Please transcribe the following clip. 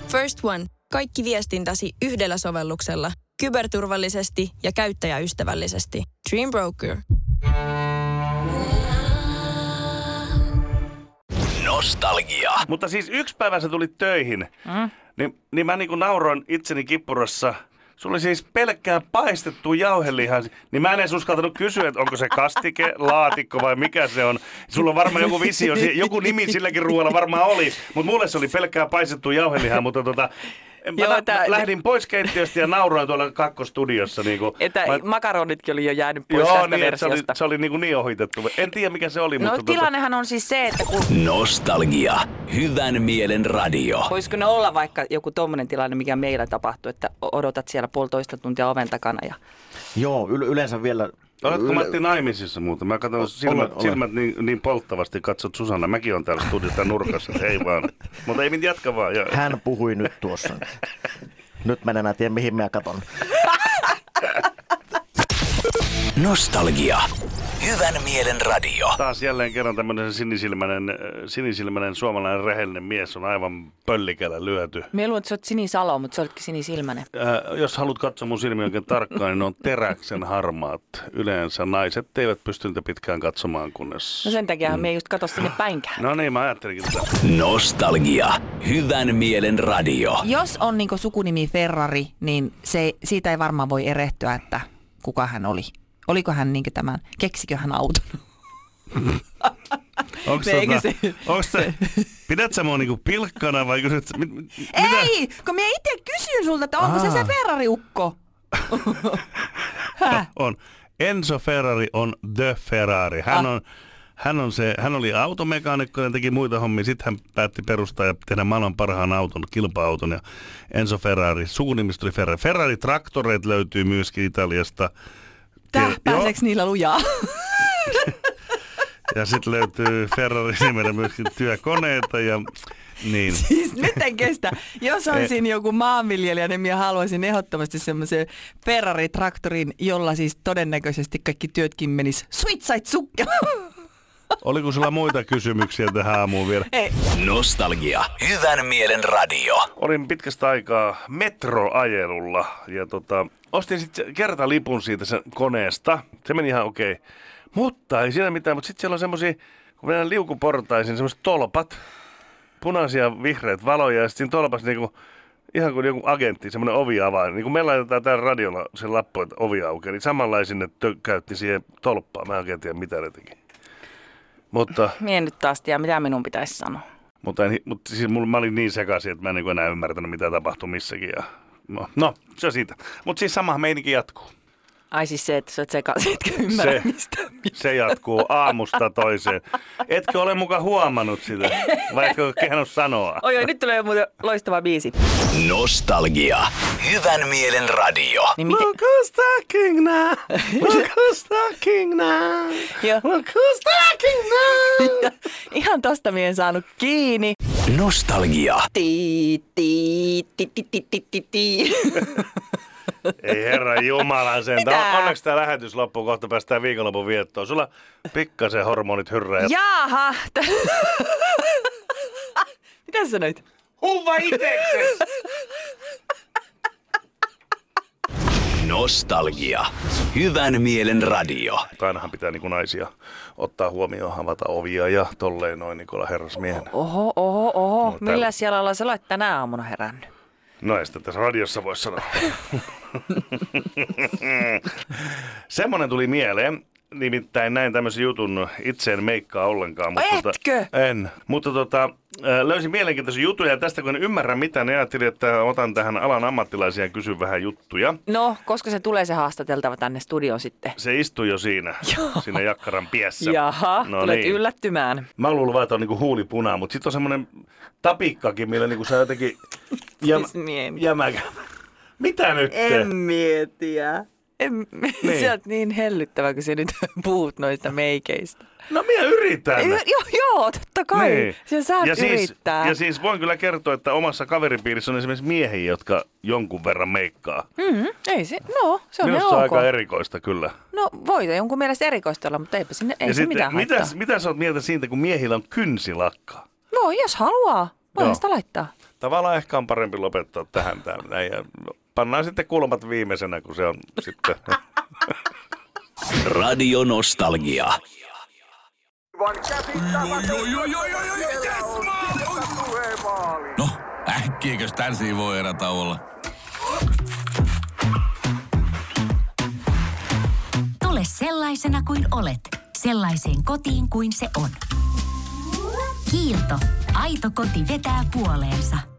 First One. Kaikki viestintäsi yhdellä sovelluksella. Kyberturvallisesti ja käyttäjäystävällisesti. Dream Broker. Nostalgia. Mutta siis yksi päivä sä tulit töihin, niin mä niinku nauroin itseni kippurassa. Sulla oli siis pelkkää paistettua jauhelihaa, niin mä en edes uskaltanut kysyä, että onko se kastike, laatikko vai mikä se on. Sulla on varmaan joku visio, joku nimi silläkin ruoalla varmaan oli, mutta mulle se oli pelkkää paistettua jauhelihaa, mutta mä lähdin pois keittiöstä ja nauroin tuolla kakkostudiossa. Että makaronitkin oli jo jäänyt pois tästä versiosta. Se oli niin ohitettu. En tiedä mikä se oli. No mutta tilannehan on siis se, että kun... Nostalgia. Hyvän mielen radio. Voisiko ne olla vaikka joku tommonen tilanne, mikä meillä tapahtui, että odotat siellä 1,5 tuntia oven takana ja... Joo, yleensä vielä... Oletko Matti naimisissa muuten? Mä katson silmät niin polttavasti, katsot Susanna. Mäkin on täällä studiossa nurkassa, ei vaan. Mutta ei mit jatka vaan. Joo. Hän puhui nyt tuossa. Nyt mä en enää tiedä, mihin mä katon. Nostalgia. Hyvän mielen radio. Taas jälleen kerran tämmöinen sinisilmäinen suomalainen rehellinen mies on aivan pöllikällä lyöty. Mä luulen, että sä oot sinisalo, mutta sä oletkin sinisilmäinen. Jos haluat katsoa mun silmiä oikein tarkkaan, niin ne on teräksen harmaat. Yleensä naiset eivät pysty niitä pitkään katsomaan, kunnes... No sen takiahan me ei just katso sinne päinkään. No niin, mä ajattelinkin tätä. Nostalgia. Hyvän mielen radio. Jos on niinku sukunimi Ferrari, niin siitä ei varmaan voi erehtyä, että kuka hän oli. Oliko hän niinkö tämän, keksikö hän auton? Pidät sä mua niinku pilkkana vai kysyt? Ei, kun minä itse kysyn sulta, että onko se Ferrari-ukko? On. Enzo Ferrari on The Ferrari. Hän oli automekaanikko ja teki muita hommia. Sitten hän päätti perustaa ja tehdä maailman parhaan auton, kilpa-auton. Ja Enzo Ferrari, sukunimistä oli Ferrari. Ferrari-traktoreita löytyy myöskin Italiasta. Pääseekö niillä lujaa? Ja sitten löytyy Ferrari-nimellä myöskin työkoneita ja niin. Siis nyt en kestä. Jos olisin joku maanviljelijä, niin minä haluaisin ehdottomasti semmoisen Ferrari-traktorin, jolla siis todennäköisesti kaikki työtkin menis suitsait sukkela. Oliko sulla muita kysymyksiä tähän aamuun vielä? Ei. Nostalgia. Hyvän mielen radio. Olin pitkästä aikaa metroajelulla ja ostin sitten kertalipun siitä sen koneesta. Se meni ihan okei. Mutta ei siinä mitään, mutta sitten siellä on semmosia, kun mennään liukuportaisin, semmoiset tolpat, punaisia vihreät valoja ja sitten siinä tolpassa niinku, ihan kuin joku agentti, semmoinen oviavain. Niin kuin me laitetaan täällä radiolla sen lappu, että ovi aukeaa, niin samanlaisen ne käytti siihen tolppaan. Mä en oikein tiedä, mitä ne teki. Mutta... Mie nyt taas tiedä, mitä minun pitäisi sanoa. Mutta siis mä olin niin sekaisin, että mä en niin enää ymmärtänyt, mitä tapahtui missäkin. Ja... No, se on siitä. Mutta siis sama meininki jatkuu. Ai siis se, että sä oot sekaisin, etkä ymmärrä mistään. Se jatkuu aamusta toiseen. Etkö ole muka huomannut sitä? Vai etkö ole kehdannut sanoa? Oi, nyt tulee muuten loistava biisi. Nostalgia. Hyvän mielen radio. Niin Look who's talking now. Look who's talking now. Look who's talking now. Ihan tosta mie en saanut kiinni. Nostalgia. Ei herra jumala sentään. Onneksi tämä lähetys loppuu, kohta päästään viikonlopun viettoon. Sulla pikkasen hormonit hyrrää. Jaaha! Mitä sä sanoit? Huva itekses! Nostalgia. Hyvän mielen radio. Ainahan pitää niin kuin naisia ottaa huomioon, avata ovia ja tolleen noin Nikola herrasmiehen. Oho. No, millä siellä ollaan sä olet tänä aamuna herännyt? No ei sitä tässä radiossa voi sanoa. Semmoinen tuli mieleen. Nimittäin näin tämmöisen jutun, itse en meikkaa ollenkaan. Mutta etkö? En. Mutta löysin mielenkiintoisen jutun ja tästä kun en ymmärrä mitään, niin ajattelin, että otan tähän alan ammattilaisia ja kysyn vähän juttuja. No, koska se tulee se haastateltava tänne studioon sitten? Se istuu jo siinä jakkaran piessä. Jaha, no tulet niin yllättymään. Mä luulen vaan, että on niinku huulipunaa, mutta sitten on semmoinen tapikkakin, millä niinku sä jotenkin jämäkä. Mitä nyt? En mietiä. Niin. Sä oot niin hellyttävä, kun sä nyt puhut noista meikeistä. No minä yritän. Joo, totta kai. Niin. Sä yrittää. Ja siis voin kyllä kertoa, että omassa kaveripiirissä on esimerkiksi miehiä, jotka jonkun verran meikkaa. Ei se, no se on minusta ok. On aika erikoista kyllä. No voi jonkun mielestä erikoista olla, mutta eipä sinne, ei se mitään mitä sä oot mieltä siitä, kun miehillä on kynsilakka? No, jos haluaa. Voidaan sitä laittaa. tavallaan ehkä on parempi lopettaa tähän näin. Ja pannaan sitten kulmat viimeisenä, kun se on sitten... Radio Nostalgia. No, äkkiäkös tän voi erätauolla? Tule sellaisena kuin olet, sellaiseen kotiin kuin se on. Kiilto. Aito koti vetää puoleensa.